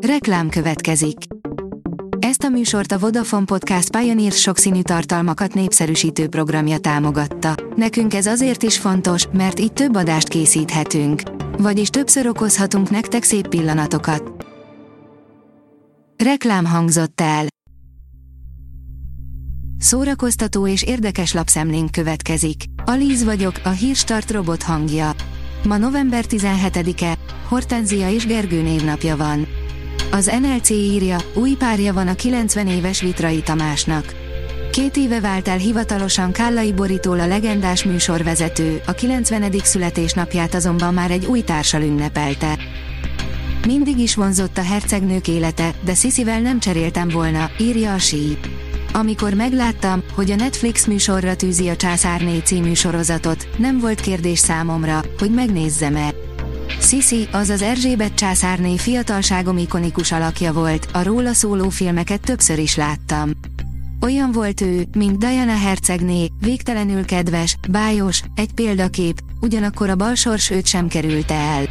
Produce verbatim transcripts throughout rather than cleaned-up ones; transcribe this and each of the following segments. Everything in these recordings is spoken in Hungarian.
Reklám következik. Ezt a műsort a Vodafone Podcast Pioneer sokszínű tartalmakat népszerűsítő programja támogatta. Nekünk ez azért is fontos, mert így több adást készíthetünk. Vagyis többször okozhatunk nektek szép pillanatokat. Reklám hangzott el. Szórakoztató és érdekes lapszemlénk következik. Alíz vagyok, a Hírstart robot hangja. Ma november tizenhetedike, Hortenzia és Gergő névnapja van. Az en el cé írja, új párja van a kilencven éves Vitrai Tamásnak. Két éve vált el hivatalosan Kállai Boritól a legendás műsorvezető, a kilencvenedik születésnapját azonban már egy új társal ünnepelte. Mindig is vonzott a hercegnők élete, de Sziszivel nem cseréltem volna, írja a Sí. Amikor megláttam, hogy a Netflix műsorra tűzi a Császárné című sorozatot, nem volt kérdés számomra, hogy megnézzem-e. Sziszi, azaz Erzsébet császárné fiatalságom ikonikus alakja volt, a róla szóló filmeket többször is láttam. Olyan volt ő, mint Diana hercegné, végtelenül kedves, bájos, egy példakép, ugyanakkor a balsors őt sem kerülte el.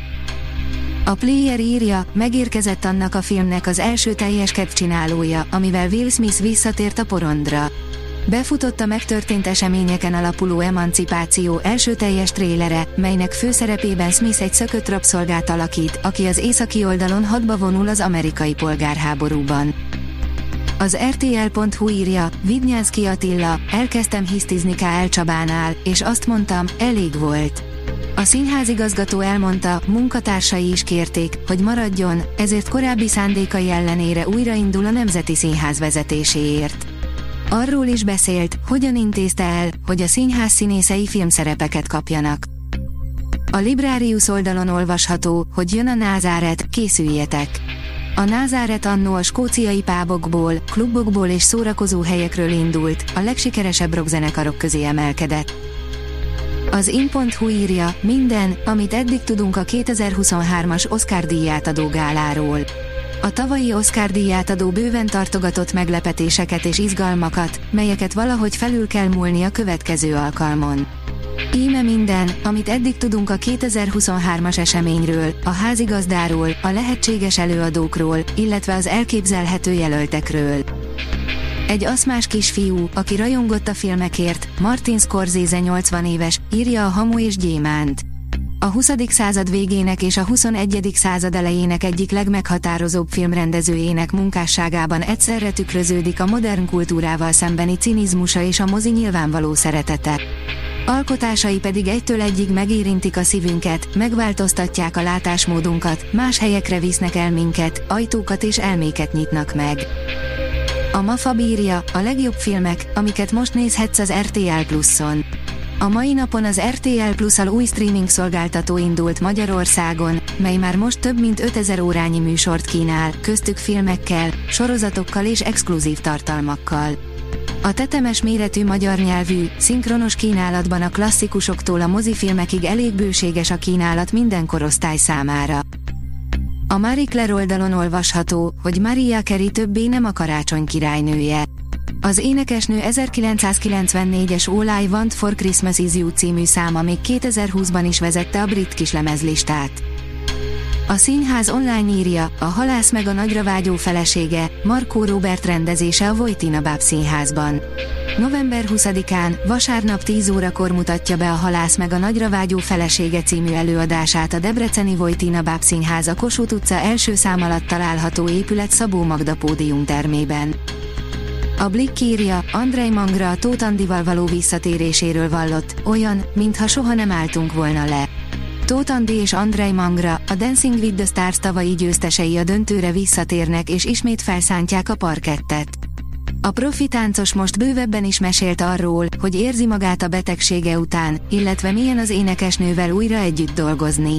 A Player írja, megérkezett annak a filmnek az első teljes kedvcsinálója, amivel Will Smith visszatért a porondra. Befutott a megtörtént eseményeken alapuló Emancipáció első teljes trélere, melynek főszerepében Smith egy szökött rabszolgát alakít, aki az északi oldalon hadba vonul az amerikai polgárháborúban. Az er té el pont hu írja, Vidnyánszky Attila, elkezdtem hisztizni K. L. Csabánál, és azt mondtam, elég volt. A színházigazgató elmondta, munkatársai is kérték, hogy maradjon, ezért korábbi szándékai ellenére újraindul a Nemzeti Színház vezetéséért. Arról is beszélt, hogyan intézte el, hogy a színház színészei filmszerepeket kapjanak. A Librarius oldalon olvasható, hogy jön a Názáret, készüljetek! A Názáret annó a skóciai pábokból, klubokból és szórakozó helyekről indult, a legsikeresebb rockzenekarok közé emelkedett. Az in pont hu írja, minden, amit eddig tudunk a kétezer-huszonhármas Oscar-díjátadó gáláról. A tavalyi Oscar-díjátadó bőven tartogatott meglepetéseket és izgalmakat, melyeket valahogy felül kell múlni a következő alkalmon. Íme minden, amit eddig tudunk a kétezer-huszonhármas eseményről, a házigazdáról, a lehetséges előadókról, illetve az elképzelhető jelöltekről. Egy aszmás kisfiú, aki rajongott a filmekért, Martin Scorsese nyolcvan éves, írja a Hamu és Gyémánt. A huszadik század végének és a huszonegyedik század elejének egyik legmeghatározóbb filmrendezőjének munkásságában egyszerre tükröződik a modern kultúrával szembeni cinizmusa és a mozi nyilvánvaló szeretete. Alkotásai pedig egytől egyig megérintik a szívünket, megváltoztatják a látásmódunkat, más helyekre visznek el minket, ajtókat és elméket nyitnak meg. A Mafab írja, a legjobb filmek, amiket most nézhetsz az er té el Pluszon. A mai napon az er té el Plusszal új streaming szolgáltató indult Magyarországon, mely már most több mint ötezer órányi műsort kínál, köztük filmekkel, sorozatokkal és exkluzív tartalmakkal. A tetemes méretű magyar nyelvű, szinkronos kínálatban a klasszikusoktól a mozifilmekig elég bőséges a kínálat minden korosztály számára. A Marie Claire oldalon olvasható, hogy Mariah Carey többé nem a karácsony királynője. Az énekesnő ezerkilencszázkilencvennégyes All I Want for Christmas Is You című száma még kétezer-húszban is vezette a brit kislemezlistát. A színház online írja, a Halász meg a nagyra vágyó felesége, Markó Róbert rendezése a Vojtina Báb Színházban. november huszadikán, vasárnap tíz órakor mutatja be a Halász meg a nagyra vágyó felesége című előadását a debreceni Vojtina Báb Színház a Kossuth utca első szám alatt található épület Szabó Magda pódiumtermében. A Blick írja, Andrej Mangra a Tóth Andival való visszatéréséről vallott, olyan, mintha soha nem álltunk volna le. Tóth Andi és Andrej Mangra, a Dancing with the Stars tavalyi győztesei a döntőre visszatérnek és ismét felszántják a parkettet. A profi táncos most bővebben is mesélt arról, hogy érzi magát a betegsége után, illetve milyen az énekesnővel újra együtt dolgozni.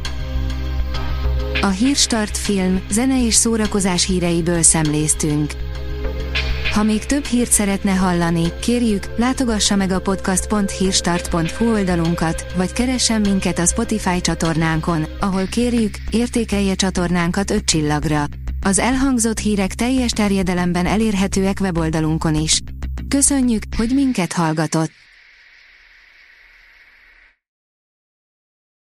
A Hírstart film, zene és szórakozás híreiből szemléztünk. Ha még több hírt szeretne hallani, kérjük, látogassa meg a podcast pont hírstart pont hu oldalunkat, vagy keressen minket a Spotify csatornánkon, ahol kérjük, értékelje csatornánkat öt csillagra. Az elhangzott hírek teljes terjedelemben elérhetőek weboldalunkon is. Köszönjük, hogy minket hallgatott!